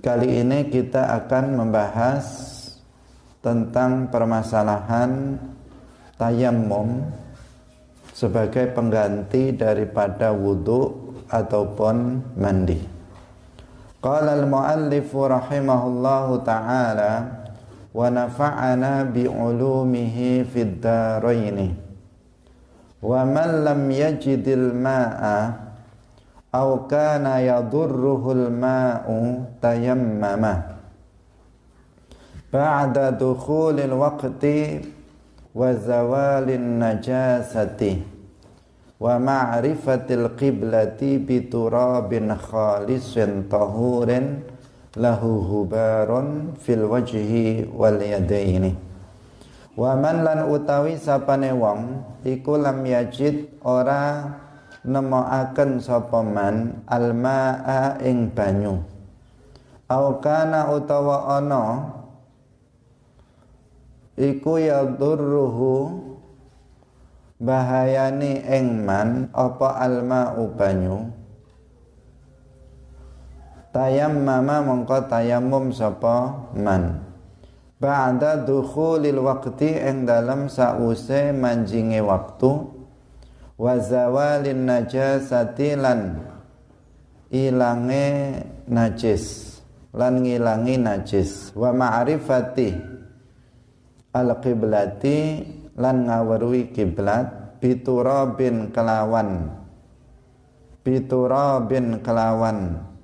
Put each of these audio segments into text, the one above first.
Kali ini kita akan membahas tentang permasalahan tayammum sebagai pengganti daripada wudu ataupun mandi. Qala al-muallifu rahimahullahu ta'ala wa nafa'ana bi'ulumihi fid daraini wa man lam yajidil ma'a aw kana yadurruhul ma'u tayammama ba'da dukhulil waqti wa zawalin najasati wa ma'rifatil qiblati biturabin khalisin tahurin lahu hubarun fil wajhi wal yadaini. Wa man lan utawi sapane wong iku lam yajid ora nemokaken sapa man almaa ing banyu au kana utawa ana iku yadurruhu bahayani ing man apa alma'u banyu tayammama mongko tayammum sapa man ba'da dukhulil waqti ing dalem sause manjinge waktu wa zawalin najasati lan ilange najis lan ngilangi najis wa ma'rifati al-qiblati lan ngaweruhi kiblat biturabin kelawan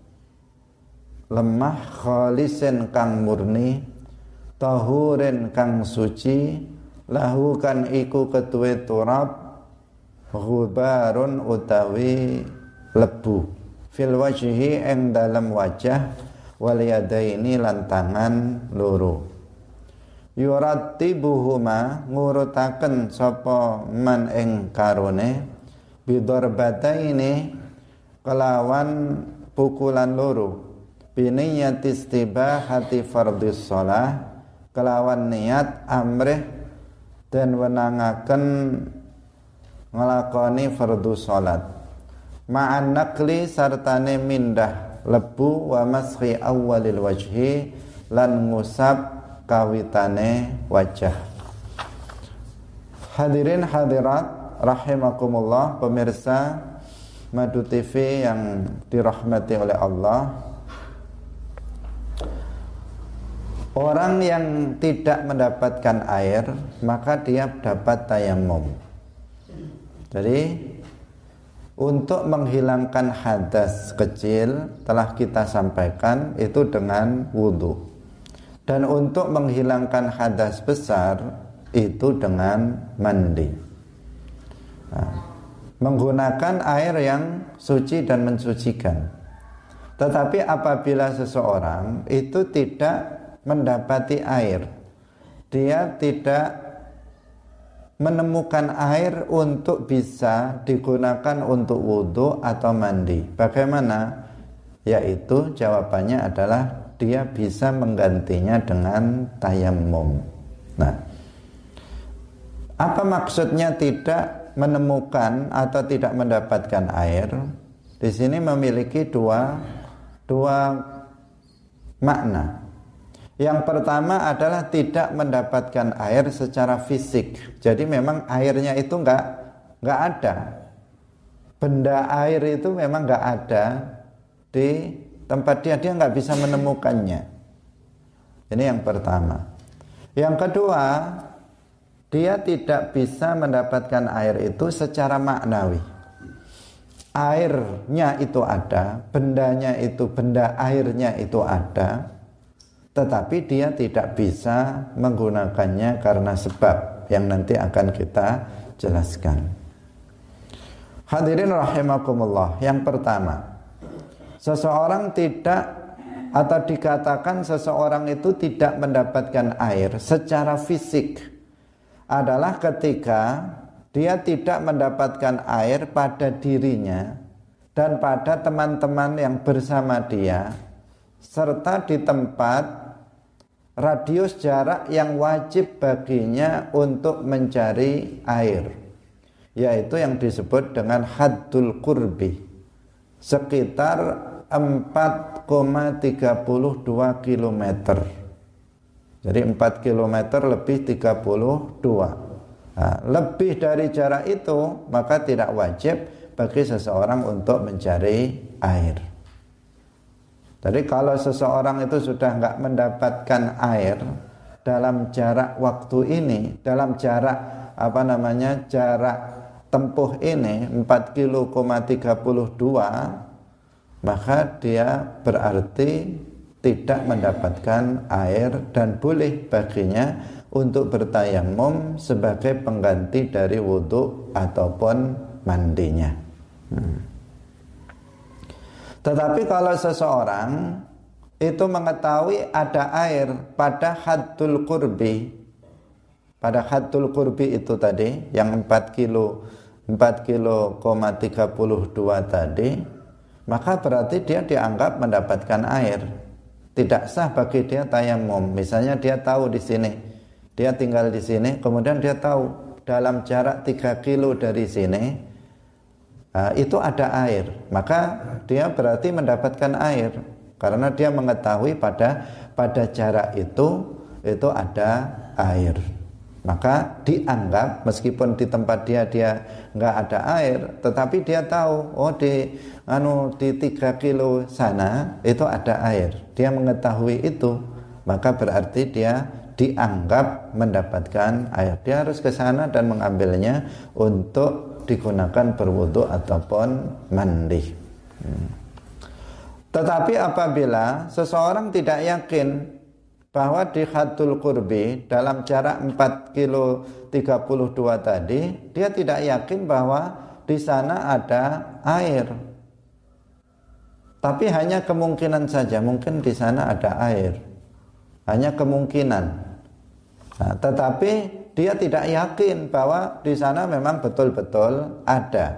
lemah khalisin kang murni tahurin kang suci lahu kan iku ketuwe turab ghubarun utawi lebu fil wajhi ing dalam wajah wal yadaini lan tangan loro yurattibuhuma ngurutaken sapa man ing karone bidarbataini kelawan pukulan loro biniyati istibahati fardhis shalah kelawan niat amrih dan wenangaken ngelakoni fardu salat ma'an naqli sartane mindah lebu wa mashi awwalil wajhi lan ngusap kawitane wajah. Hadirin hadirat rahimakumullah, pemirsa Madu TV yang dirahmati oleh Allah. Orang yang tidak mendapatkan air maka dia dapat tayammum. Jadi untuk menghilangkan hadas kecil telah kita sampaikan itu dengan wudu. Dan untuk menghilangkan hadas besar itu dengan mandi. Nah, menggunakan air yang suci dan mensucikan. Tetapi apabila seseorang itu tidak mendapati air, dia tidak menemukan air untuk bisa digunakan untuk wudu atau mandi. Bagaimana? Yaitu jawabannya adalah dia bisa menggantinya dengan tayammum. Nah, apa maksudnya tidak menemukan atau tidak mendapatkan air? Di sini memiliki dua makna. Yang pertama adalah tidak mendapatkan air secara fisik. Jadi memang airnya itu enggak ada. Benda air itu memang enggak ada di tempat dia enggak bisa menemukannya. Ini yang pertama. Yang kedua, dia tidak bisa mendapatkan air itu secara maknawi. Airnya itu ada, bendanya itu, benda airnya itu ada, tetapi dia tidak bisa menggunakannya karena sebab yang nanti akan kita jelaskan. Hadirin rahimakumullah, yang pertama, seseorang tidak atau dikatakan seseorang itu tidak mendapatkan air secara fisik adalah ketika dia tidak mendapatkan air pada dirinya dan pada teman-teman yang bersama dia, serta di tempat radius jarak yang wajib baginya untuk mencari air, yaitu yang disebut dengan haddul qurbi, sekitar 4,32 kilometer. Jadi 4 kilometer lebih 32. Nah, lebih dari jarak itu maka tidak wajib bagi seseorang untuk mencari air. Jadi kalau seseorang itu sudah enggak mendapatkan air dalam jarak waktu ini, dalam jarak jarak tempuh ini 4,32, maka dia berarti tidak mendapatkan air dan boleh baginya untuk bertayamum sebagai pengganti dari wudhu ataupun mandinya. Tetapi kalau seseorang itu mengetahui ada air pada haddul qurbi, pada haddul qurbi itu tadi yang 4,32 tadi, maka berarti dia dianggap mendapatkan air. Tidak sah bagi dia tayamum. Misalnya dia tahu di sini, dia tinggal di sini, kemudian dia tahu dalam jarak 3 kilo dari sini itu ada air, maka dia berarti mendapatkan air karena dia mengetahui pada jarak itu ada air. Maka dianggap meskipun di tempat dia nggak ada air, tetapi dia tahu di 3 kilo sana itu ada air. Dia mengetahui itu, maka berarti dia dianggap mendapatkan air. Dia harus ke sana dan mengambilnya untuk digunakan berwudu ataupun mandi. Tetapi apabila seseorang tidak yakin bahwa di haddul qurbi dalam jarak 4,32 tadi, dia tidak yakin bahwa di sana ada air. Tapi hanya kemungkinan saja, mungkin di sana ada air. Hanya kemungkinan. Nah, tetapi dia tidak yakin bahwa di sana memang betul-betul ada.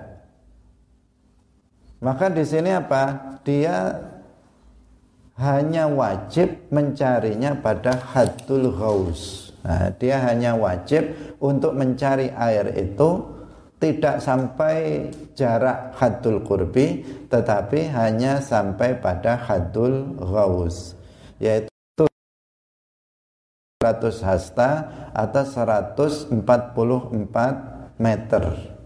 Maka di sini apa? Dia hanya wajib mencarinya pada haddul ghaus. Nah, dia hanya wajib untuk mencari air itu tidak sampai jarak haddul qurbi, tetapi hanya sampai pada haddul ghaus, yaitu 100 hasta atau 144 meter.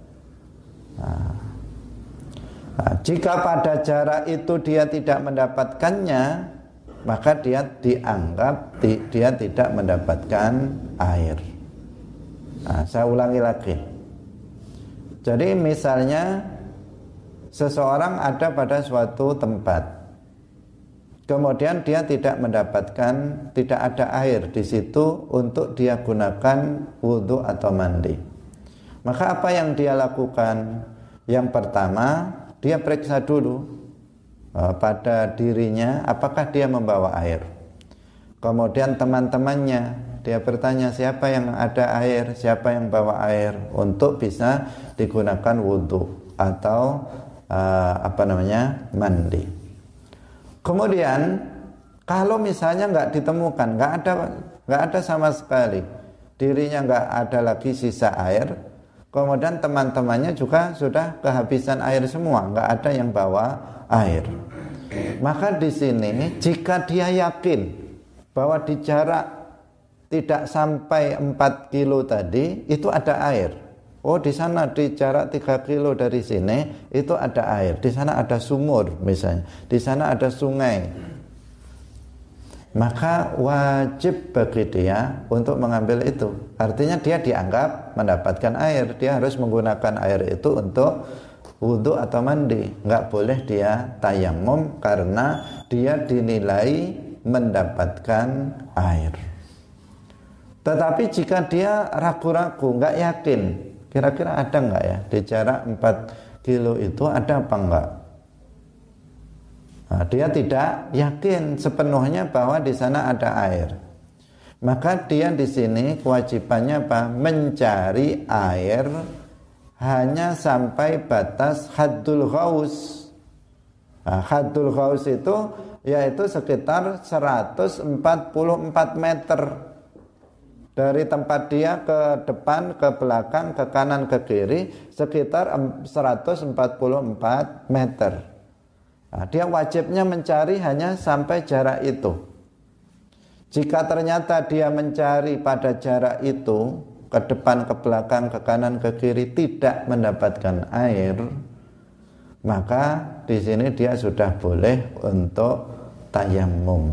Jika pada jarak itu dia tidak mendapatkannya, maka dia dianggap dia tidak mendapatkan air. Saya ulangi lagi. Jadi misalnya seseorang ada pada suatu tempat, kemudian dia tidak ada air di situ untuk dia gunakan wudhu atau mandi. Maka apa yang dia lakukan? Yang pertama, dia periksa dulu pada dirinya apakah dia membawa air. Kemudian teman-temannya, dia bertanya siapa yang ada air, siapa yang bawa air untuk bisa digunakan wudhu atau mandi. Kemudian kalau misalnya nggak ditemukan, nggak ada sama sekali, dirinya nggak ada lagi sisa air, kemudian teman-temannya juga sudah kehabisan air semua, nggak ada yang bawa air. Maka di sini jika dia yakin bahwa di jarak tidak sampai 4 kilo tadi itu ada air. Di sana di jarak 3 kilo dari sini itu ada air. Di sana ada sumur misalnya. Di sana ada sungai. Maka wajib bagi dia untuk mengambil itu. Artinya dia dianggap mendapatkan air. Dia harus menggunakan air itu untuk wudhu atau mandi. Enggak boleh dia tayamum karena dia dinilai mendapatkan air. Tetapi jika dia ragu-ragu, enggak yakin, kira-kira ada enggak ya di jarak 4 kilo itu ada apa enggak? Nah, dia tidak yakin sepenuhnya bahwa di sana ada air. Maka dia di sini kewajibannya apa? Mencari air hanya sampai batas haddul ghaus. Nah, haddul ghaus itu yaitu sekitar 144 meter. Dari tempat dia ke depan, ke belakang, ke kanan, ke kiri sekitar 144 meter. Nah, dia wajibnya mencari hanya sampai jarak itu. Jika ternyata dia mencari pada jarak itu, ke depan, ke belakang, ke kanan, ke kiri, tidak mendapatkan air, maka di sini dia sudah boleh untuk tayamum.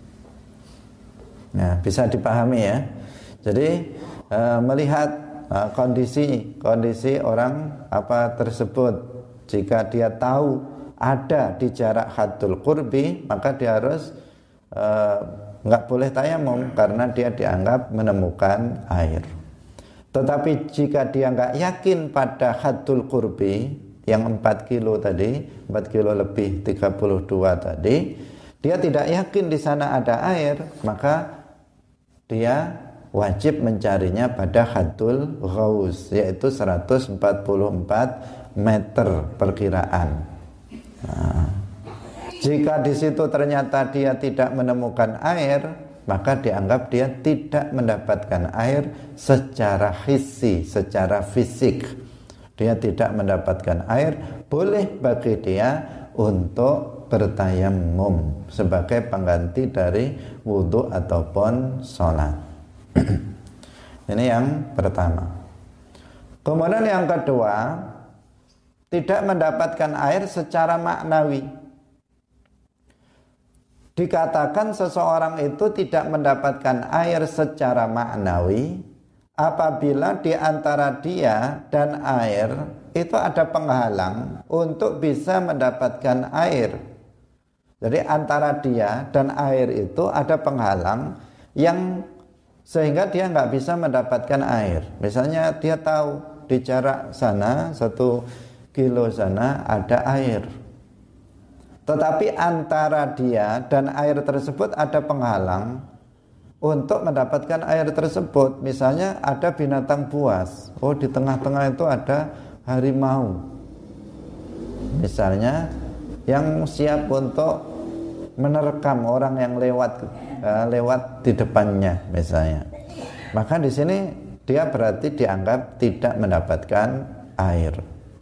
Nah, bisa dipahami ya. Jadi melihat kondisi orang tersebut, jika dia tahu ada di jarak haddul qurbi, maka dia harus nggak boleh tayamum karena dia dianggap menemukan air. Tetapi jika dia nggak yakin pada haddul qurbi yang 4 kilo tadi, 4 kilo lebih 32 tadi, dia tidak yakin di sana ada air, maka dia wajib mencarinya pada haddul ghaus, yaitu 144 meter perkiraan. Nah, jika di situ ternyata dia tidak menemukan air, maka dianggap dia tidak mendapatkan air secara hissi, secara fisik. Dia tidak mendapatkan air, boleh bagi dia untuk bertayamum sebagai pengganti dari wudhu ataupun sholat. Ini yang pertama. Kemudian yang kedua, tidak mendapatkan air secara maknawi. Dikatakan seseorang itu tidak mendapatkan air secara maknawi apabila di antara dia dan air itu ada penghalang untuk bisa mendapatkan air. Jadi antara dia dan air itu ada penghalang yang sehingga dia nggak bisa mendapatkan air. Misalnya dia tahu di jarak sana 1 kilo sana ada air, tetapi antara dia dan air tersebut ada penghalang untuk mendapatkan air tersebut. Misalnya ada binatang buas, di tengah-tengah itu ada harimau misalnya, yang siap untuk menerkam orang yang lewat di depannya misalnya, maka di sini dia berarti dianggap tidak mendapatkan air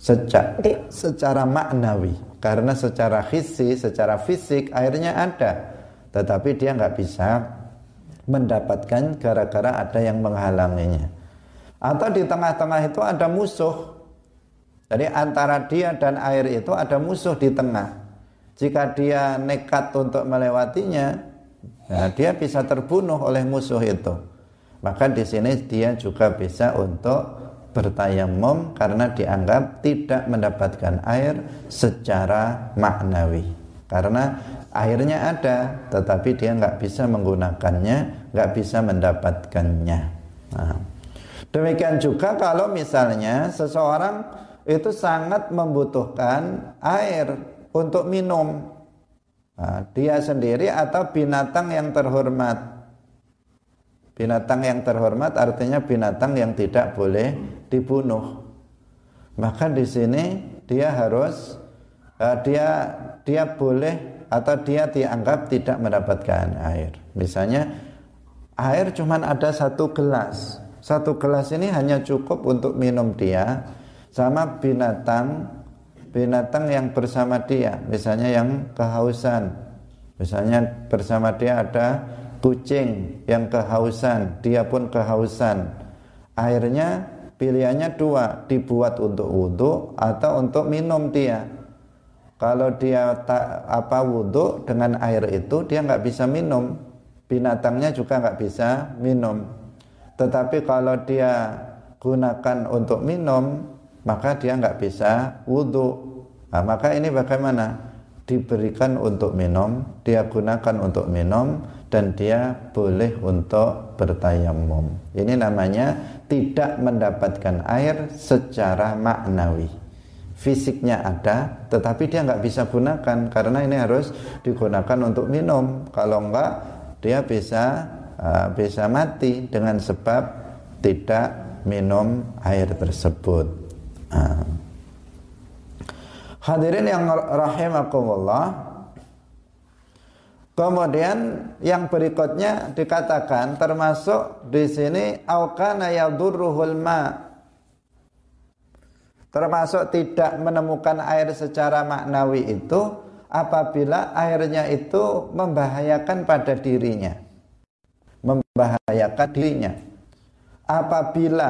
secara maknawi, karena secara hissi, secara fisik airnya ada, tetapi dia nggak bisa mendapatkan gara-gara ada yang menghalanginya. Atau di tengah-tengah itu ada musuh, jadi antara dia dan air itu ada musuh di tengah. Jika dia nekat untuk melewatinya, nah dia bisa terbunuh oleh musuh itu. Maka di sini dia juga bisa untuk bertayamum karena dianggap tidak mendapatkan air secara maknawi, karena airnya ada tetapi dia nggak bisa menggunakannya, nggak bisa mendapatkannya. Nah, demikian juga kalau misalnya seseorang itu sangat membutuhkan air untuk minum, nah, dia sendiri atau binatang yang terhormat. Binatang yang terhormat artinya binatang yang tidak boleh dibunuh. Maka di sini dia harus dia boleh atau dia dianggap tidak mendapatkan air. Misalnya air cuman ada 1 gelas. 1 gelas ini hanya cukup untuk minum dia sama binatang yang bersama dia. Misalnya yang kehausan. Misalnya bersama dia ada kucing yang kehausan, dia pun kehausan. Airnya pilihannya 2, dibuat untuk wudhu atau untuk minum dia. Kalau dia wudhu dengan air itu, dia nggak bisa minum, binatangnya juga nggak bisa minum. Tetapi kalau dia gunakan untuk minum, maka dia nggak bisa wudhu. Nah, maka ini bagaimana? Diberikan untuk minum, dia gunakan untuk minum, dan dia boleh untuk bertayamum. Ini namanya tidak mendapatkan air secara maknawi. Fisiknya ada, tetapi dia nggak bisa gunakan karena ini harus digunakan untuk minum. Kalau enggak, dia bisa mati dengan sebab tidak minum air tersebut. Hadirin yang rahimakumullah. Kemudian yang berikutnya dikatakan termasuk di sini au kana yadurruhul ma, termasuk tidak menemukan air secara maknawi itu apabila airnya itu membahayakan pada dirinya. Membahayakan dirinya. Apabila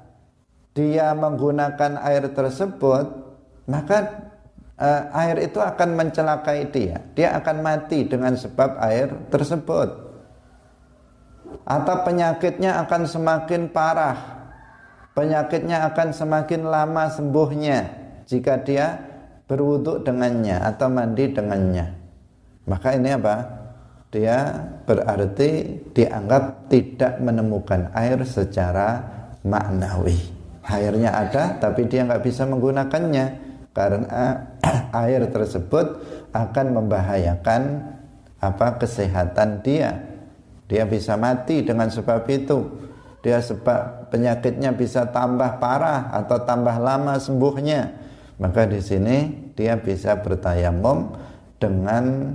dia menggunakan air tersebut, maka air itu akan mencelakai dia. Dia akan mati dengan sebab air tersebut. Atau penyakitnya akan semakin parah. Penyakitnya akan semakin lama sembuhnya jika dia berwudu dengannya atau mandi dengannya. Maka ini apa? Dia berarti dianggap tidak menemukan air secara maknawi. Airnya ada tapi dia nggak bisa menggunakannya karena air tersebut akan membahayakan kesehatan dia. Dia bisa mati dengan sebab itu. Dia sebab penyakitnya bisa tambah parah atau tambah lama sembuhnya. Maka di sini dia bisa bertayamum dengan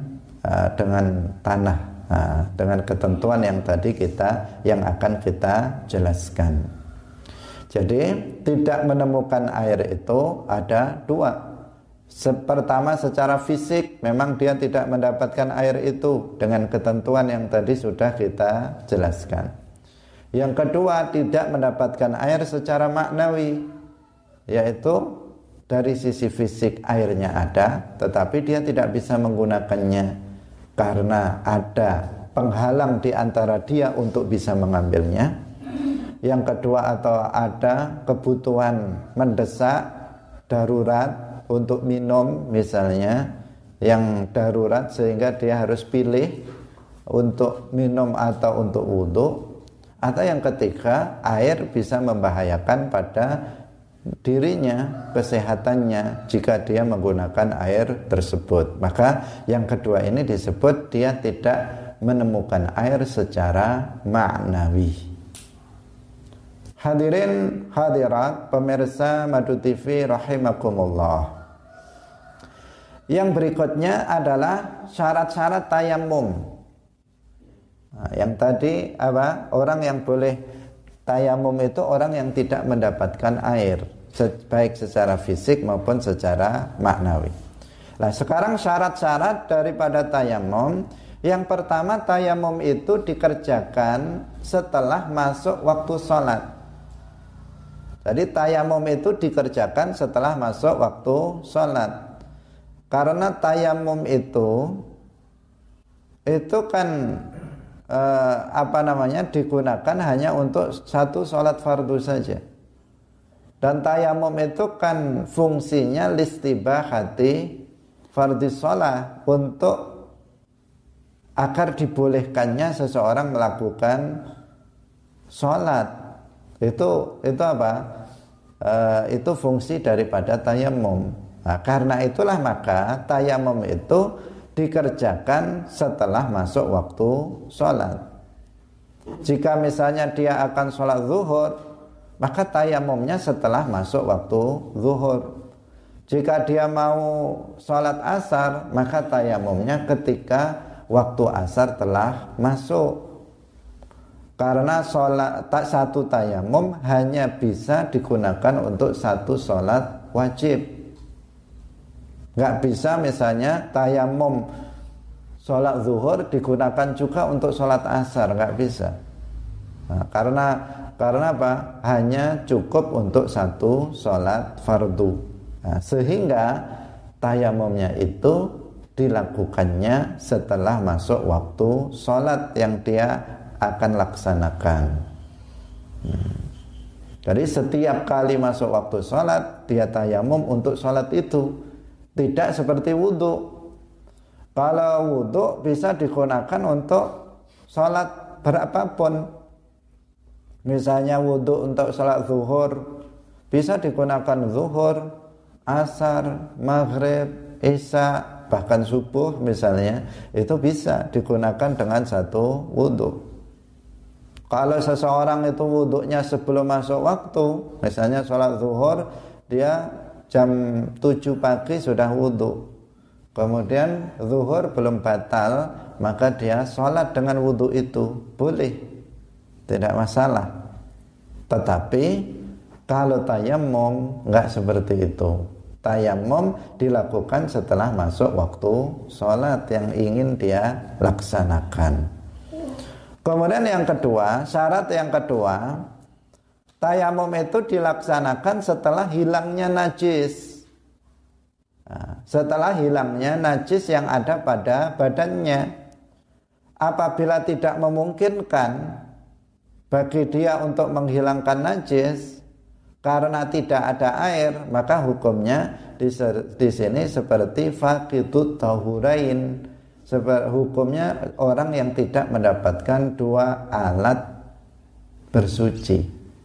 tanah, dengan ketentuan yang tadi yang akan kita jelaskan. Jadi tidak menemukan air itu ada dua. Pertama, secara fisik memang dia tidak mendapatkan air itu dengan ketentuan yang tadi sudah kita jelaskan. Yang kedua, tidak mendapatkan air secara maknawi, yaitu dari sisi fisik airnya ada, tetapi dia tidak bisa menggunakannya karena ada penghalang di antara dia untuk bisa mengambilnya. Yang kedua, atau ada kebutuhan mendesak darurat untuk minum misalnya, yang darurat sehingga dia harus pilih untuk minum atau untuk wudu. Atau yang ketiga, air bisa membahayakan pada dirinya, kesehatannya jika dia menggunakan air tersebut. Maka yang kedua ini disebut dia tidak menemukan air secara maknawi. Hadirin hadirat pemirsa Madu TV rahimakumullah. Yang berikutnya adalah syarat-syarat tayamum. Yang tadi orang yang boleh tayamum itu orang yang tidak mendapatkan air, baik secara fisik maupun secara maknawi. Nah, sekarang syarat-syarat daripada tayamum. Yang pertama, tayamum itu dikerjakan setelah masuk waktu sholat. Jadi tayamum itu dikerjakan setelah masuk waktu sholat. Karena tayamum itu kan digunakan hanya untuk satu sholat fardu saja. Dan tayamum itu kan fungsinya listibahati fardhis shalah, untuk agar dibolehkannya seseorang melakukan sholat. Itu itu fungsi daripada tayamum. Nah, karena itulah maka tayamum itu dikerjakan setelah masuk waktu sholat. Jika misalnya dia akan sholat zuhur, maka tayamumnya setelah masuk waktu zuhur. Jika dia mau sholat asar, maka tayamumnya ketika waktu asar telah masuk. Karena satu tayamum hanya bisa digunakan untuk satu sholat wajib. Nggak bisa misalnya tayamum sholat zuhur digunakan juga untuk sholat asar, nggak bisa. Nah, karena apa? Hanya cukup untuk satu sholat fardu. Nah, sehingga tayamumnya itu dilakukannya setelah masuk waktu sholat yang dia akan laksanakan. Jadi setiap kali masuk waktu sholat, dia tayamum untuk sholat itu. Tidak seperti wudhu. Kalau wudhu bisa digunakan untuk sholat berapapun. Misalnya wudhu untuk sholat zuhur, bisa digunakan zuhur, asar, maghrib, isya, bahkan subuh misalnya. Itu bisa digunakan dengan satu wudhu. Kalau seseorang itu wudhunya sebelum masuk waktu, misalnya sholat zuhur, dia jam 7 pagi sudah wudhu, kemudian zuhur belum batal, maka dia sholat dengan wudhu itu boleh, tidak masalah. Tetapi kalau tayamum enggak seperti itu. Tayamum dilakukan setelah masuk waktu sholat yang ingin dia laksanakan. Kemudian yang kedua, syarat yang kedua, tayamum itu dilaksanakan setelah hilangnya najis. Nah, setelah hilangnya najis yang ada pada badannya. Apabila tidak memungkinkan bagi dia untuk menghilangkan najis karena tidak ada air, maka hukumnya di sini seperti faqidut tahurain. Hukumnya orang yang tidak mendapatkan dua alat bersuci.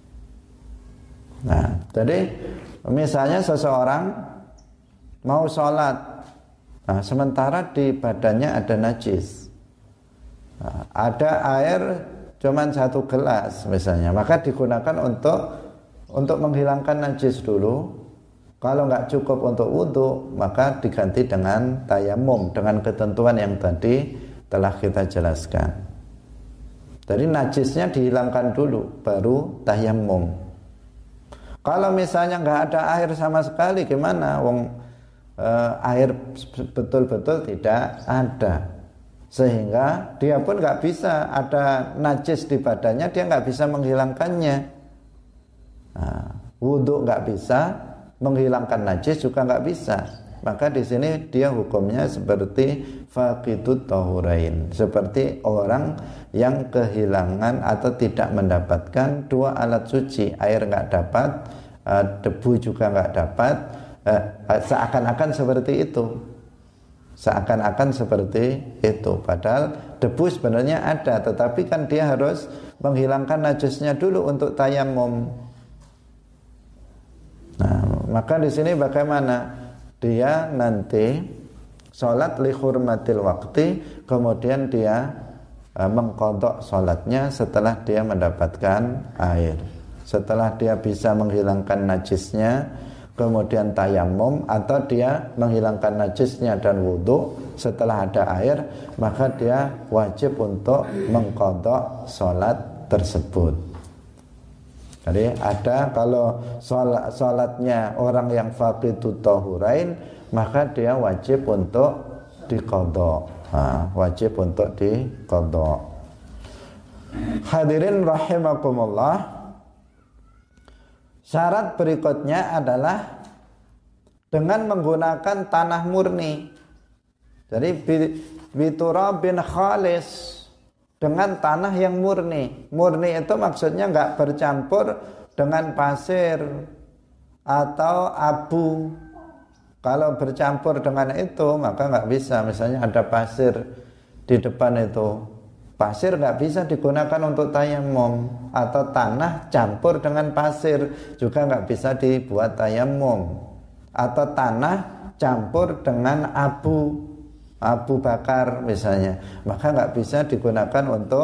Nah, jadi misalnya seseorang mau sholat, nah, sementara di badannya ada najis, nah, ada air cuman 1 gelas misalnya, maka digunakan untuk menghilangkan najis dulu. Kalau nggak cukup untuk wudhu, maka diganti dengan tayamum dengan ketentuan yang tadi telah kita jelaskan. Jadi najisnya dihilangkan dulu, baru tayamum. Kalau misalnya nggak ada air sama sekali, gimana? Air betul-betul tidak ada, sehingga dia pun nggak bisa, ada najis di badannya, dia nggak bisa menghilangkannya. Nah, wudhu nggak bisa, menghilangkan najis juga nggak bisa. Maka di sini dia hukumnya seperti faqidut tahurain, seperti orang yang kehilangan atau tidak mendapatkan dua alat suci, air nggak dapat, debu juga nggak dapat, seakan-akan seperti itu. Seakan-akan seperti itu. Padahal debu sebenarnya ada, tetapi kan dia harus menghilangkan najisnya dulu untuk tayamum. Nah, maka di sini bagaimana? Dia nanti sholat li hurmatil waqti, kemudian dia mengqadha sholatnya setelah dia mendapatkan air. Setelah dia bisa menghilangkan najisnya, kemudian tayamum, atau dia menghilangkan najisnya dan wudhu setelah ada air, maka dia wajib untuk mengqadha sholat tersebut. Jadi ada, kalau sholatnya orang yang faqidut tahurain, maka dia wajib untuk diqadha. Wajib untuk diqadha. Hadirin rahimakumullah, syarat berikutnya adalah dengan menggunakan tanah murni. Jadi biturabin khalis, dengan tanah yang murni. Murni itu maksudnya nggak bercampur dengan pasir atau abu. Kalau bercampur dengan itu maka nggak bisa. Misalnya ada pasir di depan itu, pasir nggak bisa digunakan untuk tayamum, atau tanah campur dengan pasir juga nggak bisa dibuat tayamum, atau tanah campur dengan abu bakar misalnya, maka nggak bisa digunakan untuk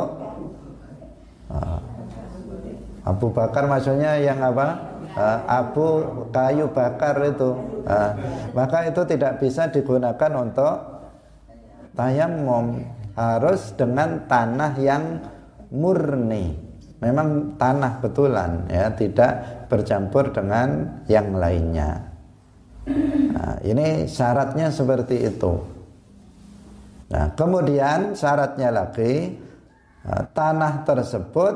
abu bakar. Maksudnya yang apa? Abu kayu bakar itu, maka itu tidak bisa digunakan untuk tayamum. Harus dengan tanah yang murni, memang tanah betulan ya, tidak bercampur dengan yang lainnya. Nah, ini syaratnya seperti itu. Nah, kemudian syaratnya lagi, tanah tersebut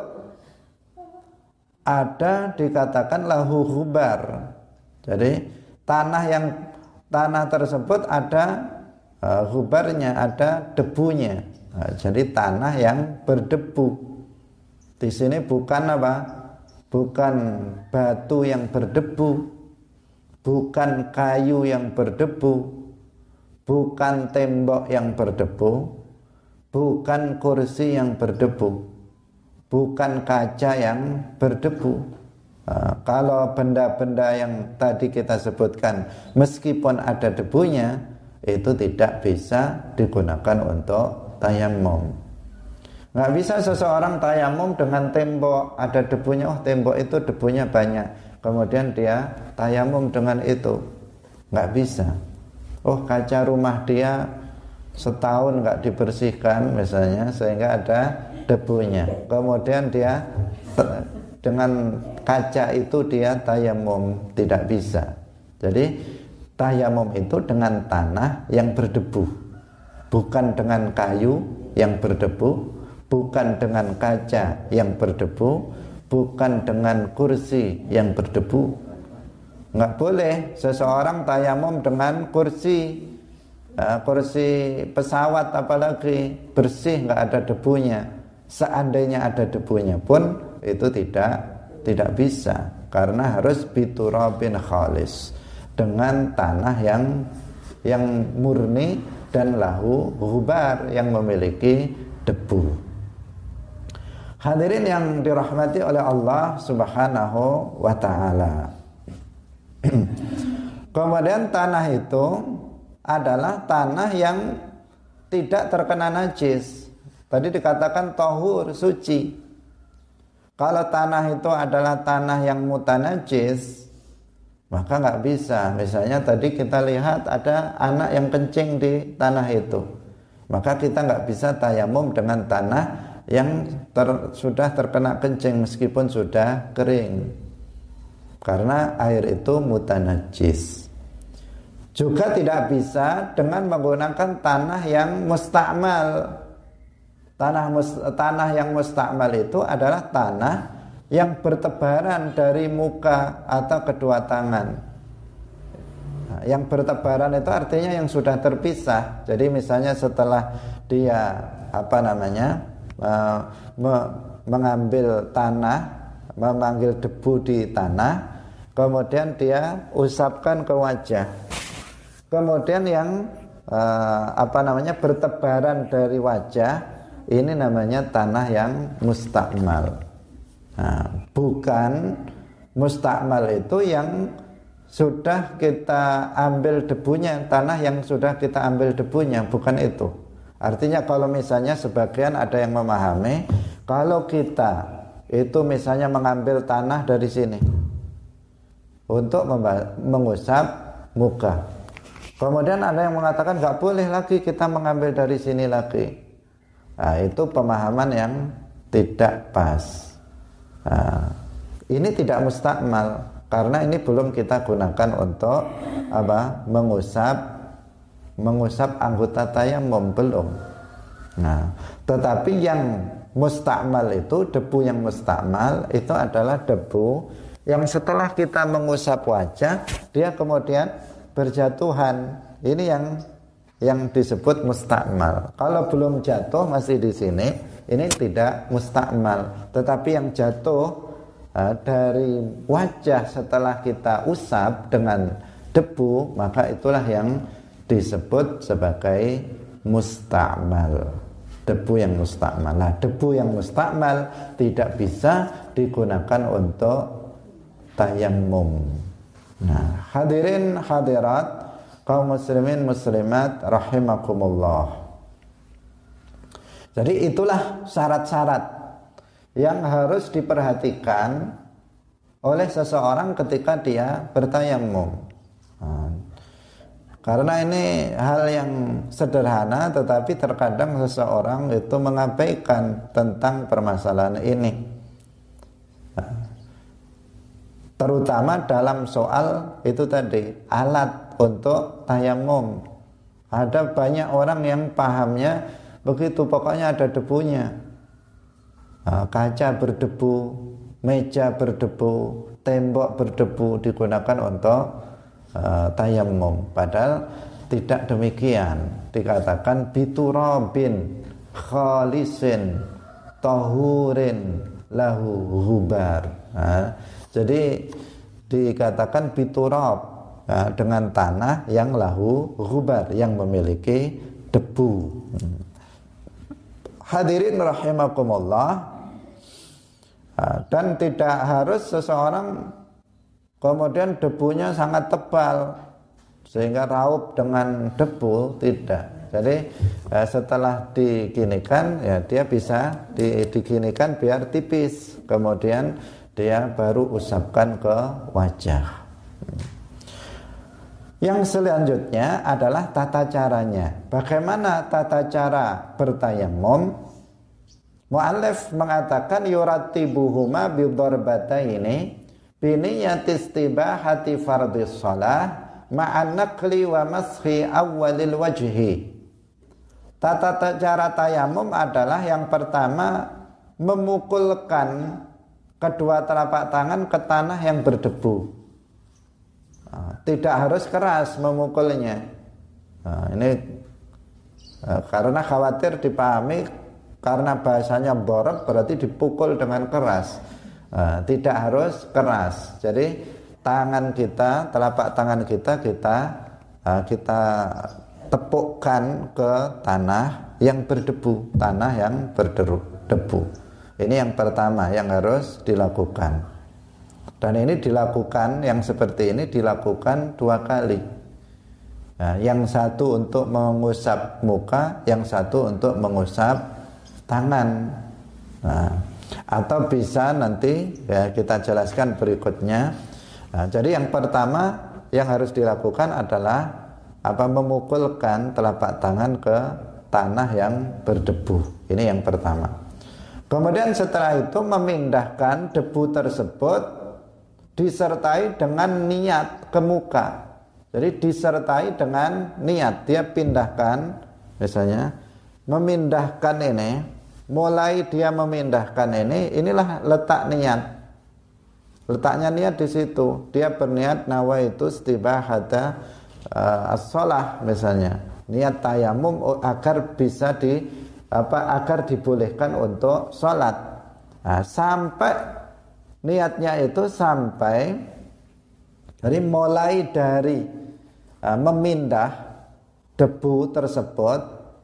ada dikatakan lahu hubar. Jadi tanah tersebut ada hubarnya, ada debunya. Nah, jadi tanah yang berdebu. Di sini bukan apa? Bukan batu yang berdebu, bukan kayu yang berdebu, bukan tembok yang berdebu, bukan kursi yang berdebu, bukan kaca yang berdebu. Kalau benda-benda yang tadi kita sebutkan meskipun ada debunya, itu tidak bisa digunakan untuk tayamum. Nggak bisa seseorang tayamum dengan tembok ada debunya. Oh, tembok itu debunya banyak, kemudian dia tayamum dengan itu. Nggak bisa. Oh, kaca rumah dia setahun nggak dibersihkan misalnya, sehingga ada debunya, kemudian dia dengan kaca itu dia tayamum, tidak bisa. Jadi tayamum itu dengan tanah yang berdebu, bukan dengan kayu yang berdebu, bukan dengan kaca yang berdebu, bukan dengan kursi yang berdebu. Nggak boleh seseorang tayamum dengan kursi pesawat, apalagi bersih, nggak ada debunya. Seandainya ada debunya pun itu tidak bisa, karena harus biturabin khalis, dengan tanah yang murni dan lahu ghubar, yang memiliki debu. Hadirin yang dirahmati oleh Allah Subhanahu wa ta'ala. Kemudian tanah itu adalah tanah yang tidak terkena najis. Tadi dikatakan tahur, suci. Kalau tanah itu adalah tanah yang mutanajis, maka nggak bisa. Misalnya tadi kita lihat ada anak yang kencing di tanah itu, maka kita nggak bisa tayamum dengan tanah yang sudah terkena kencing meskipun sudah kering, karena air itu mutanajis. Juga tidak bisa dengan menggunakan tanah yang mustakmal. Tanah yang mustakmal itu adalah tanah yang bertebaran dari muka atau kedua tangan. Nah, yang bertebaran itu artinya yang sudah terpisah. Jadi misalnya setelah dia mengambil tanah, memanggil debu di tanah, kemudian dia usapkan ke wajah. Kemudian yang bertebaran dari wajah, ini namanya tanah yang mustakmal. Nah, bukan mustakmal itu yang sudah kita ambil debunya, tanah yang sudah kita ambil debunya, bukan itu. Artinya kalau misalnya sebagian ada yang memahami, kalau kita itu misalnya mengambil tanah dari sini untuk mengusap muka, kemudian ada yang mengatakan nggak boleh lagi kita mengambil dari sini lagi. Nah, itu pemahaman yang tidak pas. Nah, ini tidak mustakmal, karena ini belum kita gunakan untuk mengusap anggota tayamum, belum. Nah, tetapi yang mustakmal itu, debu yang mustakmal itu adalah debu yang setelah kita mengusap wajah, dia kemudian berjatuhan. Ini yang disebut mustakmal. Kalau belum jatuh masih di sini, ini tidak mustakmal. Tetapi yang jatuh dari wajah setelah kita usap dengan debu, maka itulah yang disebut sebagai mustakmal. Debu yang mustakmal. Nah, debu yang mustakmal tidak bisa digunakan untuk tayammum. Nah, hadirin hadirat, kaum muslimin muslimat rahimakumullah. Jadi itulah syarat-syarat yang harus diperhatikan oleh seseorang ketika dia bertayammum. Nah, karena ini hal yang sederhana, tetapi terkadang seseorang itu mengabaikan tentang permasalahan ini. Nah, terutama dalam soal itu tadi, alat untuk tayammum. Ada banyak orang yang pahamnya begitu, pokoknya ada debunya. Nah, kaca berdebu, meja berdebu, tembok berdebu, digunakan untuk tayammum. Padahal tidak demikian. Dikatakan biturabin khalisin tahurin lahu ghubar. Nah, jadi dikatakan biturab, dengan tanah yang lahu ghubar, yang memiliki debu. Hadirin rahimakumullah. Dan tidak harus seseorang kemudian debunya sangat tebal sehingga raup dengan debu, tidak. Jadi setelah diginikan, ya dia bisa diginikan biar tipis, kemudian dia baru usapkan ke wajah. Yang selanjutnya adalah tata caranya. Bagaimana tata cara bertayammum? Mu'allif mengatakan yurattibuhuma bidarbataini biniyati istibahati fardhis shalah ma'an naqli wa mashi awwalil wajhi. Tata cara tayamum adalah yang pertama memukulkan kedua telapak tangan ke tanah yang berdebu. Tidak harus keras memukulnya. Ini karena khawatir dipahami karena bahasanya borok berarti dipukul dengan keras. Tidak harus keras. Jadi tangan kita, telapak tangan kita tepukkan ke tanah yang berdebu, tanah yang berdebu. Ini yang pertama yang harus dilakukan. Dan ini dilakukan, yang seperti ini dilakukan 2 kali. Nah, yang satu untuk mengusap muka, yang satu untuk mengusap tangan. Nah, atau bisa nanti ya kita jelaskan berikutnya. Nah, jadi yang pertama yang harus dilakukan adalah memukulkan telapak tangan ke tanah yang berdebu. Ini yang pertama. Kemudian setelah itu memindahkan debu tersebut disertai dengan niat ke muka. Jadi disertai dengan niat, dia pindahkan, misalnya memindahkan ini, mulai dia memindahkan ini, inilah letak niat. Letaknya niat di situ. Dia berniat nawaitu istibahata as-shalah misalnya, niat tayamum agar bisa agar dibolehkan untuk sholat. Nah, sampai niatnya itu sampai jadi mulai dari memindah debu tersebut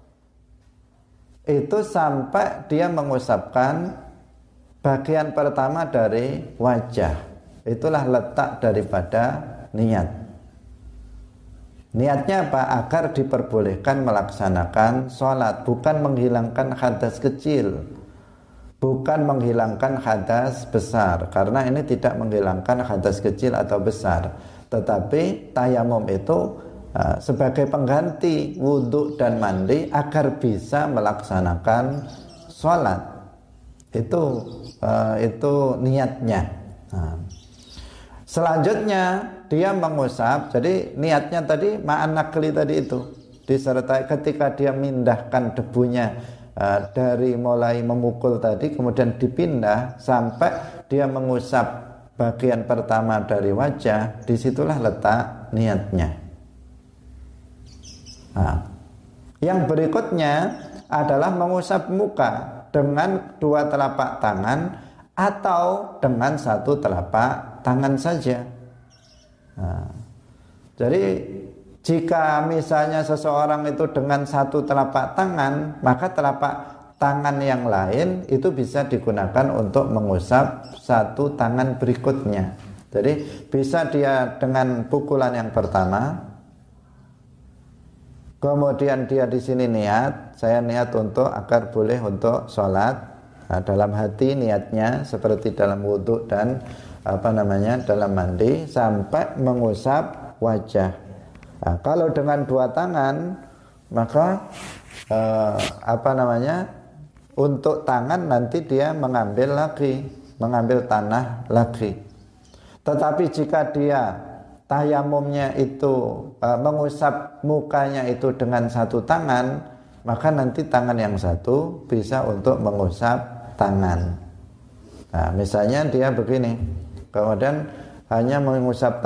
itu sampai dia mengusapkan bagian pertama dari wajah. Itulah letak daripada niat. Niatnya apa? Agar diperbolehkan melaksanakan sholat, bukan menghilangkan hadas kecil, bukan menghilangkan hadas besar, karena ini tidak menghilangkan hadas kecil atau besar, tetapi tayamum itu sebagai pengganti wudhu dan mandi agar bisa melaksanakan sholat. Itu niatnya. Selanjutnya dia mengusap. Jadi niatnya tadi ma'an naqli tadi itu disertai ketika dia mindahkan debunya dari mulai memukul tadi kemudian dipindah sampai dia mengusap bagian pertama dari wajah, disitulah letak niatnya. Yang berikutnya adalah mengusap muka dengan 2 telapak tangan atau dengan 1 telapak tangan saja. Jadi jika misalnya seseorang itu dengan 1 telapak tangan, maka telapak tangan yang lain itu bisa digunakan untuk mengusap 1 tangan berikutnya. Jadi bisa dia dengan pukulan yang pertama, kemudian dia di sini niat, saya niat untuk agar boleh untuk sholat. Dalam hati niatnya seperti dalam wudhu dan dalam mandi sampai mengusap wajah. Kalau dengan 2 tangan maka untuk tangan nanti dia mengambil tanah lagi. Tetapi jika dia tayamumnya itu mengusap mukanya itu dengan 1 tangan, maka nanti tangan yang satu bisa untuk mengusap tangan. Misalnya dia begini, kemudian hanya mengusap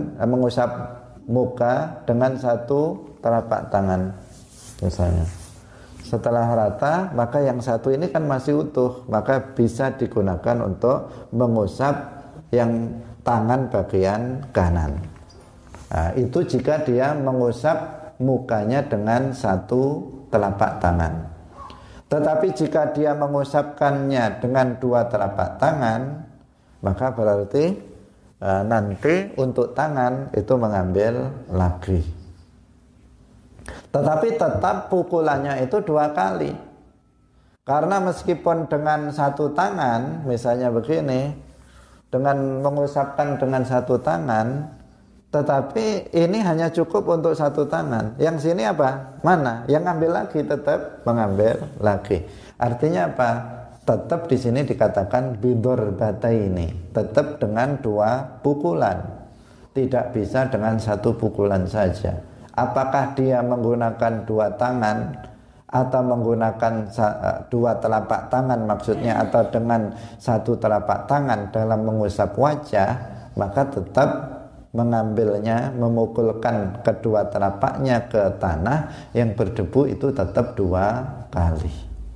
muka dengan 1 telapak tangan misalnya. Setelah rata, maka yang satu ini kan masih utuh, maka bisa digunakan untuk mengusap yang tangan bagian kanan. Itu jika dia mengusap mukanya dengan 1 telapak tangan. Tetapi jika dia mengusapkannya dengan 2 telapak tangan, maka berarti nanti untuk tangan itu mengambil lagi. Tetapi tetap pukulannya itu 2 kali. Karena meskipun dengan 1 tangan, misalnya begini, dengan mengusapkan dengan 1 tangan, tetapi ini hanya cukup untuk 1 tangan. Yang sini apa? Mana? Yang ambil lagi tetap mengambil lagi. Artinya apa? Tetap di sini dikatakan bidor bata ini, tetap dengan 2 pukulan. tidak bisa dengan satu pukulan saja. Apakah dia menggunakan dua tangan atau menggunakan dua telapak tangan maksudnya, atau dengan satu telapak tangan dalam mengusap wajah, maka tetap mengambilnya, memukulkan kedua telapaknya ke tanah yang berdebu itu tetap 2 kali.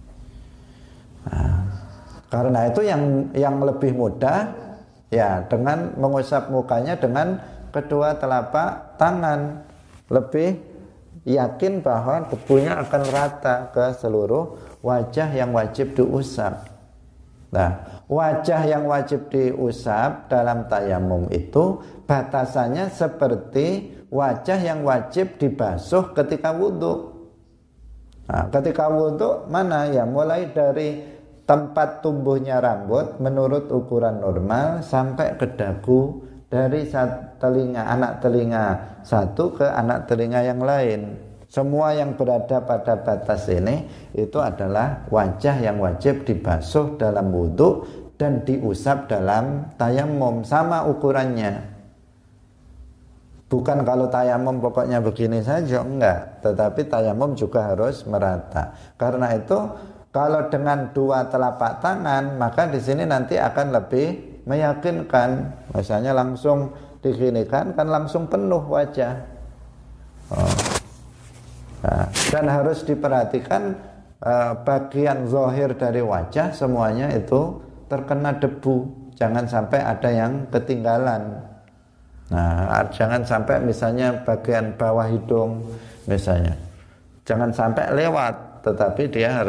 Nah, karena itu yang lebih mudah ya dengan mengusap mukanya dengan kedua telapak tangan, lebih yakin bahwa debunya akan rata ke seluruh wajah yang wajib diusap. Nah, wajah yang wajib diusap dalam tayamum itu batasannya seperti wajah yang wajib dibasuh ketika wudhu. Nah, ketika wudhu mana ya, mulai dari tempat tumbuhnya rambut menurut ukuran normal sampai ke dagu, dari anak telinga satu ke anak telinga yang lain. Semua yang berada pada batas ini itu adalah wajah yang wajib dibasuh dalam wudhu dan diusap dalam tayamum, sama ukurannya. Bukan kalau tayamum pokoknya begini saja, enggak, tetapi tayamum juga harus merata. Karena itu kalau dengan dua telapak tangan, maka di sini nanti akan lebih meyakinkan. Misalnya langsung diginikan kan langsung penuh wajah. Nah, dan harus diperhatikan bagian zahir dari wajah semuanya itu terkena debu, jangan sampai ada yang ketinggalan. Nah, jangan sampai misalnya bagian bawah hidung misalnya, jangan sampai lewat, tetapi dia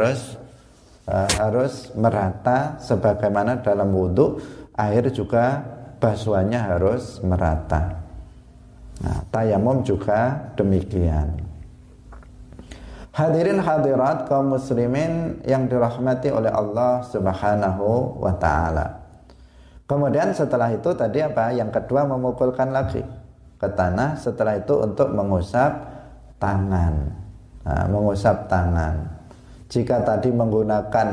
harus merata sebagaimana dalam wudhu, air juga basuhannya harus merata. Nah, tayamum juga demikian. Hadirin hadirat kaum muslimin yang dirahmati oleh Allah Subhanahu wa ta'ala. Kemudian setelah itu tadi apa? Yang kedua, memukulkan lagi ke tanah. Setelah itu untuk mengusap tangan. Nah, mengusap tangan. Jika tadi menggunakan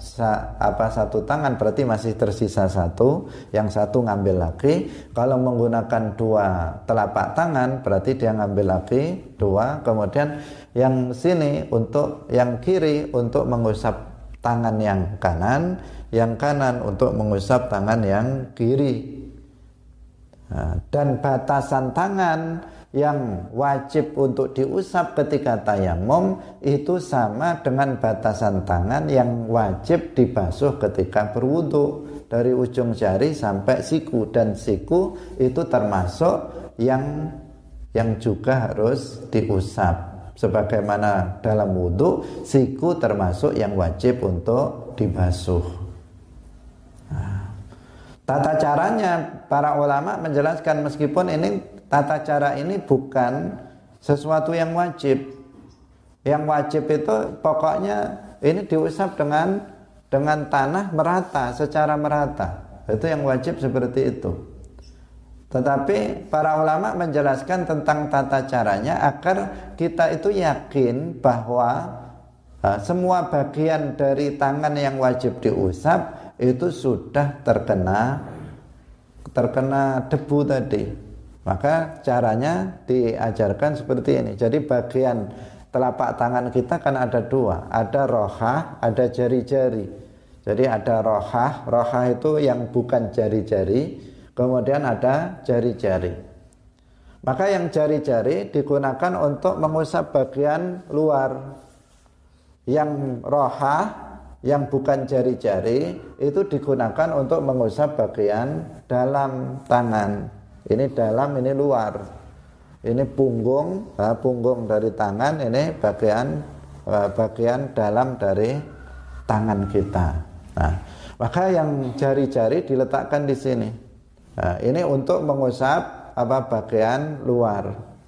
satu tangan berarti masih tersisa satu, yang satu ngambil lagi. Kalau menggunakan dua telapak tangan berarti dia ngambil lagi dua. Kemudian yang sini untuk yang kiri untuk mengusap tangan yang kanan, yang kanan untuk mengusap tangan yang kiri. Nah, dan batasan tangan yang wajib untuk diusap ketika tayamum itu sama dengan batasan tangan yang wajib dibasuh ketika berwudu, dari ujung jari sampai siku, dan siku itu termasuk yang juga harus diusap. Sebagaimana dalam wudu, siku termasuk yang wajib untuk dibasuh. Nah, tata caranya para ulama menjelaskan meskipun ini tata cara ini bukan sesuatu yang wajib. Yang wajib itu pokoknya ini diusap dengan tanah merata, secara merata. Itu yang wajib seperti itu. Tetapi para ulama menjelaskan tentang tata caranya agar kita itu yakin bahwa semua bagian dari tangan yang wajib diusap itu sudah terkena debu tadi. Maka caranya diajarkan seperti ini. Jadi bagian telapak tangan kita kan ada dua, ada rohah, ada jari-jari. Jadi ada rohah itu yang bukan jari-jari, kemudian ada jari-jari. Maka yang jari-jari digunakan untuk mengusap bagian luar. Yang rohah, yang bukan jari-jari, itu digunakan untuk mengusap bagian dalam tangan. Ini dalam, ini luar. Ini punggung dari tangan, ini bagian dalam dari tangan kita. Nah, maka yang jari-jari diletakkan di sini. Nah, ini untuk mengusap bagian luar.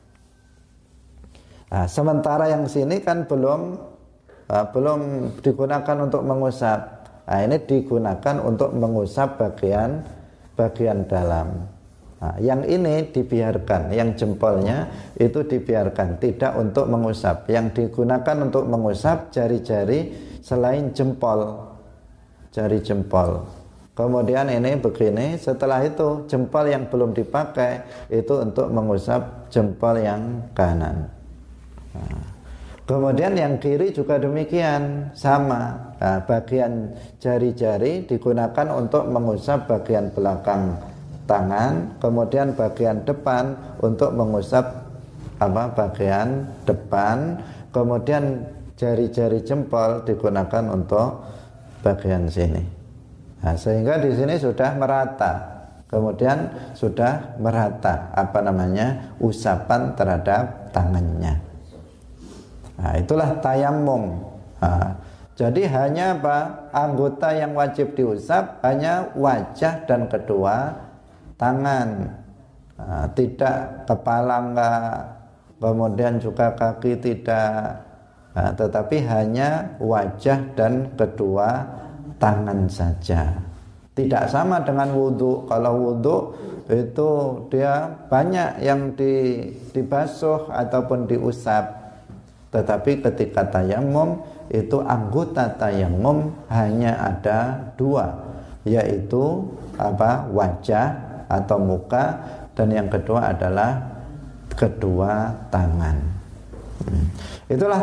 Nah, sementara yang sini kan belum digunakan untuk mengusap. Nah, ini digunakan untuk mengusap bagian dalam. Nah, yang ini dibiarkan, yang jempolnya itu dibiarkan, tidak untuk mengusap. Yang digunakan untuk mengusap jari-jari selain jempol, jari jempol. Kemudian ini begini, setelah itu jempol yang belum dipakai itu untuk mengusap jempol yang kanan. Nah, kemudian yang kiri juga demikian, sama. Nah, bagian jari-jari digunakan untuk mengusap bagian belakang tangan, kemudian bagian depan untuk mengusap bagian depan, kemudian jari-jari jempol digunakan untuk bagian sini. Nah, sehingga di sini sudah merata, kemudian sudah merata usapan terhadap tangannya. Nah, itulah tayammum. Nah, jadi hanya anggota yang wajib diusap hanya wajah dan kedua tangan. Nah, tidak kepala enggak, kemudian juga kaki tidak. Nah, tetapi hanya wajah dan kedua tangan saja. Tidak sama dengan wudhu. Kalau wudhu itu dia banyak yang dibasuh ataupun diusap. Tetapi ketika tayammum itu anggota tayammum hanya ada dua, yaitu wajah atau muka, dan yang kedua adalah kedua tangan. Itulah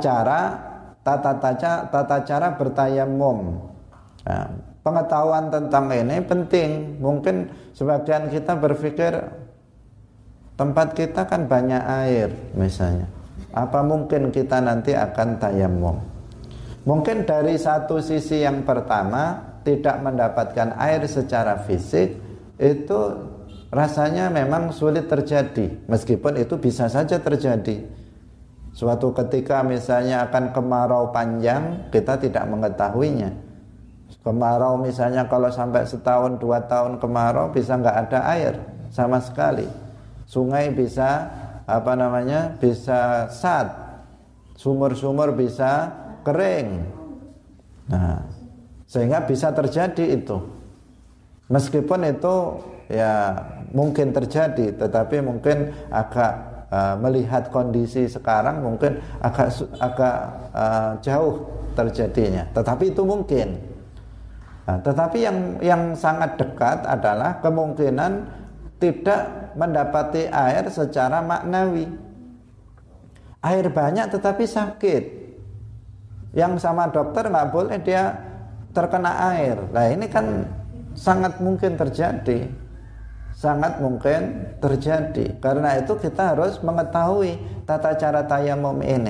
tata cara bertayammum. Nah, pengetahuan tentang ini penting. Mungkin sebagian kita berpikir tempat kita kan banyak air misalnya, apa mungkin kita nanti akan tayammum? Mungkin dari satu sisi yang pertama, tidak mendapatkan air secara fisik itu rasanya memang sulit terjadi, meskipun itu bisa saja terjadi. Suatu ketika misalnya akan kemarau panjang, kita tidak mengetahuinya. Kemarau misalnya kalau sampai setahun 2 tahun kemarau, bisa nggak ada air sama sekali. Sungai bisa bisa sat, sumur-sumur bisa kering. Nah, sehingga bisa terjadi itu. Meskipun itu ya mungkin terjadi, tetapi mungkin agak melihat kondisi sekarang mungkin agak jauh terjadinya. Tetapi itu mungkin. Nah, tetapi yang sangat dekat adalah kemungkinan tidak mendapati air secara maknawi. Air banyak tetapi sakit. Yang sama dokter nggak boleh dia terkena air. Nah, ini kan sangat mungkin terjadi. Sangat mungkin terjadi. Karena itu kita harus mengetahui tata cara tayammum ini.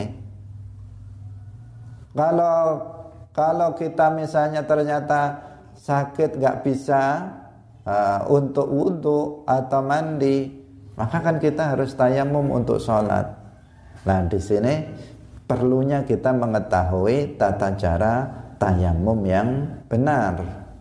Kalau kita misalnya ternyata sakit nggak bisa untuk wudhu atau mandi, maka kan kita harus tayammum untuk sholat. Nah, di sini perlunya kita mengetahui tata cara tayammum yang benar.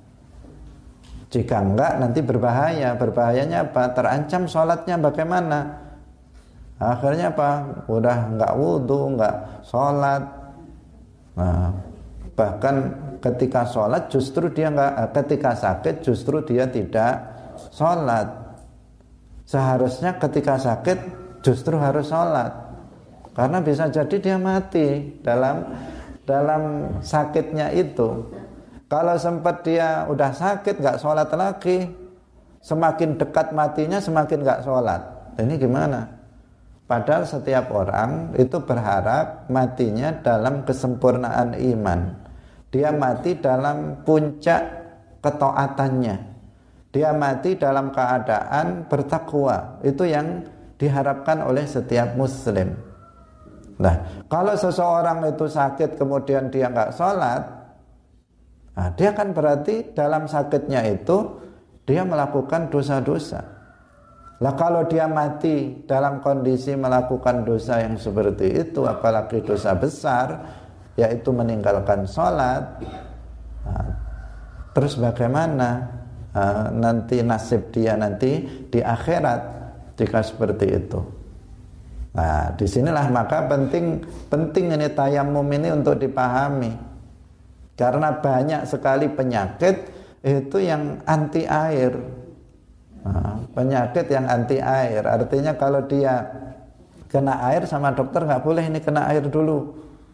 Jika enggak nanti berbahaya. Berbahayanya apa? Terancam sholatnya bagaimana? Akhirnya apa? Udah enggak wudhu, enggak sholat. Nah, bahkan ketika sholat justru dia ketika sakit justru dia tidak sholat. Seharusnya ketika sakit justru harus sholat, karena bisa jadi dia mati dalam sakitnya itu. Kalau sempat dia udah sakit nggak sholat lagi, semakin dekat matinya semakin nggak sholat. Ini gimana? Padahal setiap orang itu berharap matinya dalam kesempurnaan iman. Dia mati dalam puncak ketaatannya. Dia mati dalam keadaan bertakwa. Itu yang diharapkan oleh setiap muslim. Nah, kalau seseorang itu sakit kemudian dia nggak sholat, nah, dia kan berarti dalam sakitnya itu dia melakukan dosa-dosa. Lah kalau dia mati dalam kondisi melakukan dosa yang seperti itu, apalagi dosa besar, yaitu meninggalkan sholat, nah, terus bagaimana nanti nasib dia nanti di akhirat jika seperti itu? Nah, disinilah maka penting ini tayammum ini untuk dipahami, karena banyak sekali penyakit itu yang anti air. Nah, penyakit yang anti air, artinya kalau dia kena air sama dokter nggak boleh ini kena air dulu.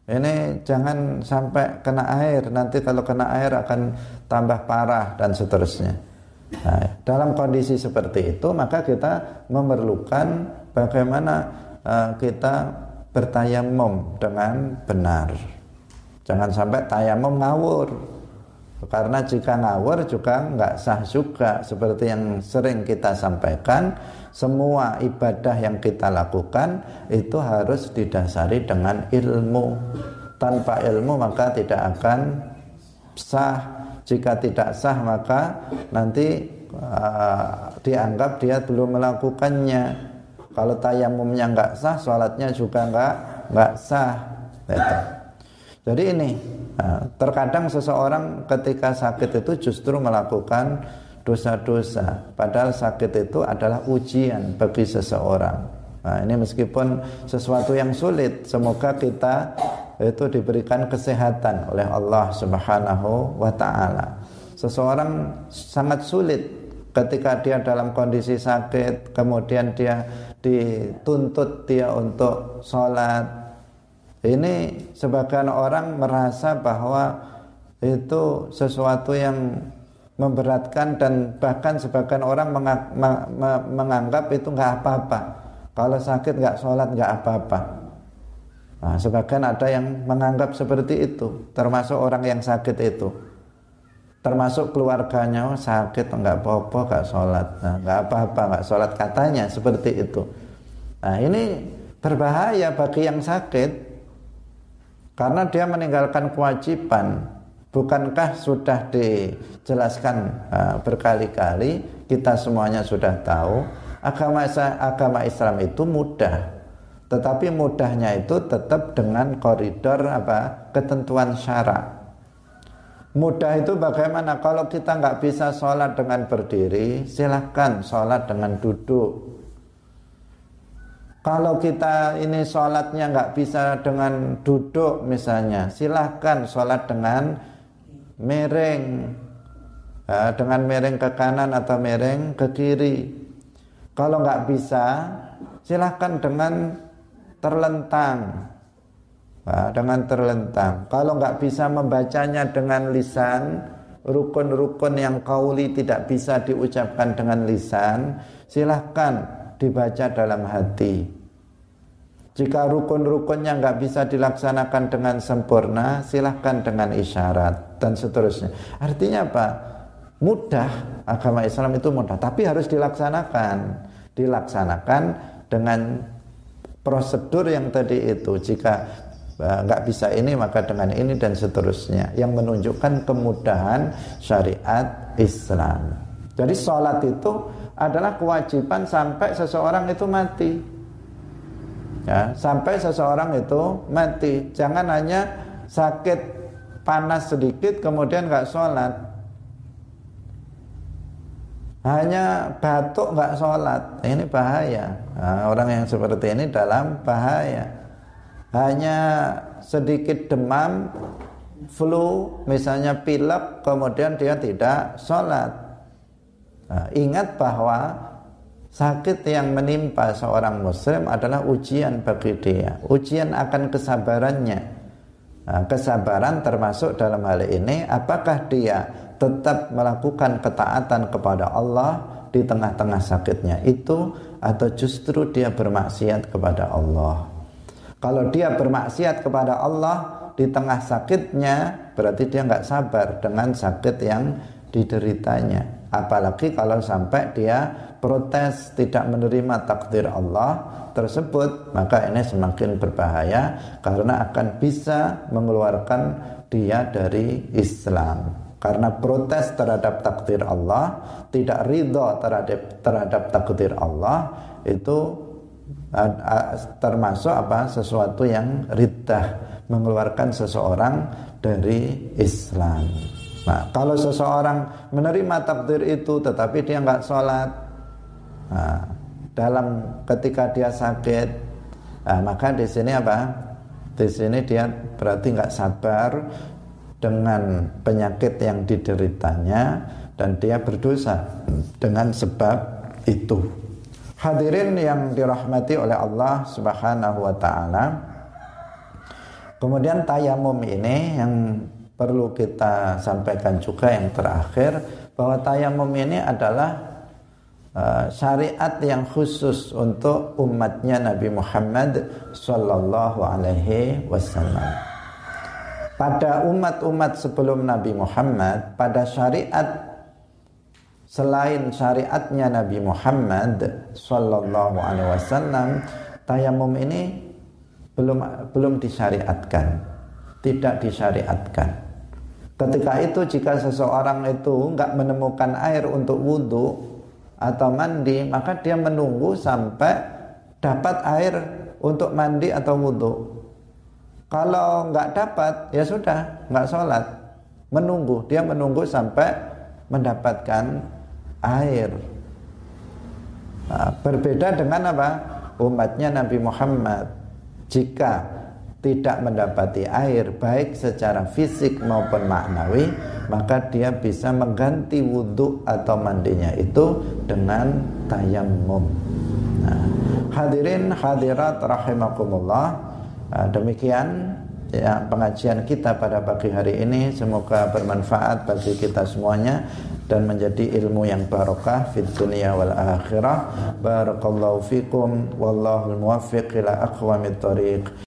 ini jangan sampai kena air, nanti kalau kena air akan tambah parah dan seterusnya. Nah, dalam kondisi seperti itu maka kita memerlukan bagaimana kita bertayamum dengan benar. Jangan sampai tayamum ngawur, karena jika ngawur juga nggak sah juga. Seperti yang sering kita sampaikan, semua ibadah yang kita lakukan itu harus didasari dengan ilmu. Tanpa ilmu maka tidak akan sah. Jika tidak sah maka nanti dianggap dia belum melakukannya. Kalau tayamumnya nggak sah, sholatnya juga nggak sah. Gitu. Jadi ini terkadang seseorang ketika sakit itu justru melakukan dosa-dosa, padahal sakit itu adalah ujian bagi seseorang. Nah, ini meskipun sesuatu yang sulit, semoga kita itu diberikan kesehatan oleh Allah Subhanahu wa ta'ala. Seseorang sangat sulit ketika dia dalam kondisi sakit, kemudian dia dituntut dia untuk sholat. Ini sebagian orang merasa bahwa itu sesuatu yang memberatkan, dan bahkan sebagian orang menganggap itu nggak apa-apa. Kalau sakit nggak sholat nggak apa-apa. Nah, sebagian ada yang menganggap seperti itu, termasuk orang yang sakit itu, termasuk keluarganya. Sakit nggak apa-apa, nggak sholat, nggak apa-apa, nggak sholat, katanya seperti itu. Nah, ini berbahaya bagi yang sakit, karena dia meninggalkan kewajiban. Bukankah sudah dijelaskan berkali-kali, kita semuanya sudah tahu, agama Islam itu mudah. Tetapi mudahnya itu tetap dengan koridor ketentuan syarak. Mudah itu bagaimana? Kalau kita nggak bisa sholat dengan berdiri, silahkan sholat dengan duduk. Kalau kita ini sholatnya nggak bisa dengan duduk misalnya, silahkan sholat dengan miring, dengan miring ke kanan atau miring ke kiri. Kalau nggak bisa, silahkan dengan terlentang. Dengan terlentang. Kalau nggak bisa membacanya dengan lisan, rukun-rukun yang qauli tidak bisa diucapkan dengan lisan, silahkan dibaca dalam hati. Jika rukun-rukunnya nggak bisa dilaksanakan dengan sempurna, silahkan dengan isyarat dan seterusnya. Artinya apa? Mudah, agama Islam itu mudah, tapi harus dilaksanakan dengan prosedur yang tadi itu. Jika nggak bisa ini maka dengan ini dan seterusnya, yang menunjukkan kemudahan syariat Islam. Jadi sholat itu adalah kewajiban sampai seseorang itu mati. Ya, sampai seseorang itu mati. Jangan hanya sakit panas sedikit kemudian nggak sholat, hanya batuk nggak sholat, ini bahaya. Nah, orang yang seperti ini dalam bahaya. Hanya sedikit demam, flu, misalnya pilek, kemudian dia tidak sholat. Nah, ingat bahwa sakit yang menimpa seorang muslim adalah ujian bagi dia, ujian akan kesabarannya. Nah, kesabaran termasuk dalam hal ini, apakah dia tetap melakukan ketaatan kepada Allah di tengah-tengah sakitnya itu, atau justru dia bermaksiat kepada Allah. Kalau dia bermaksiat kepada Allah di tengah sakitnya, berarti dia nggak sabar dengan sakit yang dideritanya. Apalagi kalau sampai dia protes, tidak menerima takdir Allah tersebut, maka ini semakin berbahaya karena akan bisa mengeluarkan dia dari Islam. Karena protes terhadap takdir Allah, tidak ridha terhadap takdir Allah, itu termasuk sesuatu yang riddah, mengeluarkan seseorang dari Islam. Nah, kalau seseorang menerima takdir itu tetapi dia nggak sholat, ketika dia sakit, maka di sini Di sini dia berarti nggak sabar dengan penyakit yang dideritanya dan dia berdosa dengan sebab itu. Hadirin yang dirahmati oleh Allah Subhanahu wa taala, Kemudian tayamum ini yang perlu kita sampaikan juga yang terakhir, bahwa tayamum ini adalah syariat yang khusus untuk umatnya Nabi Muhammad sallallahu alaihi wasallam. Pada umat-umat sebelum Nabi Muhammad, pada syariat selain syariatnya Nabi Muhammad sallallahu alaihi wasallam, tayamum ini belum disyariatkan, tidak disyariatkan. Ketika itu jika seseorang itu enggak menemukan air untuk wudhu atau mandi, maka dia menunggu sampai dapat air untuk mandi atau wudhu. Kalau enggak dapat, ya sudah, enggak sholat. Dia menunggu sampai mendapatkan air. Nah, berbeda dengan apa? Umatnya Nabi Muhammad, jika tidak mendapati air baik secara fisik maupun maknawi, maka dia bisa mengganti wudhu atau mandinya itu dengan tayamum. Nah, hadirin hadirat rahimakumullah, demikian ya pengajian kita pada pagi hari ini. Semoga bermanfaat bagi kita semuanya dan menjadi ilmu yang barokah fid dunya wal akhirah. Barakallahu fikum, wallahul muwaffiq ila aqwamit thoriq.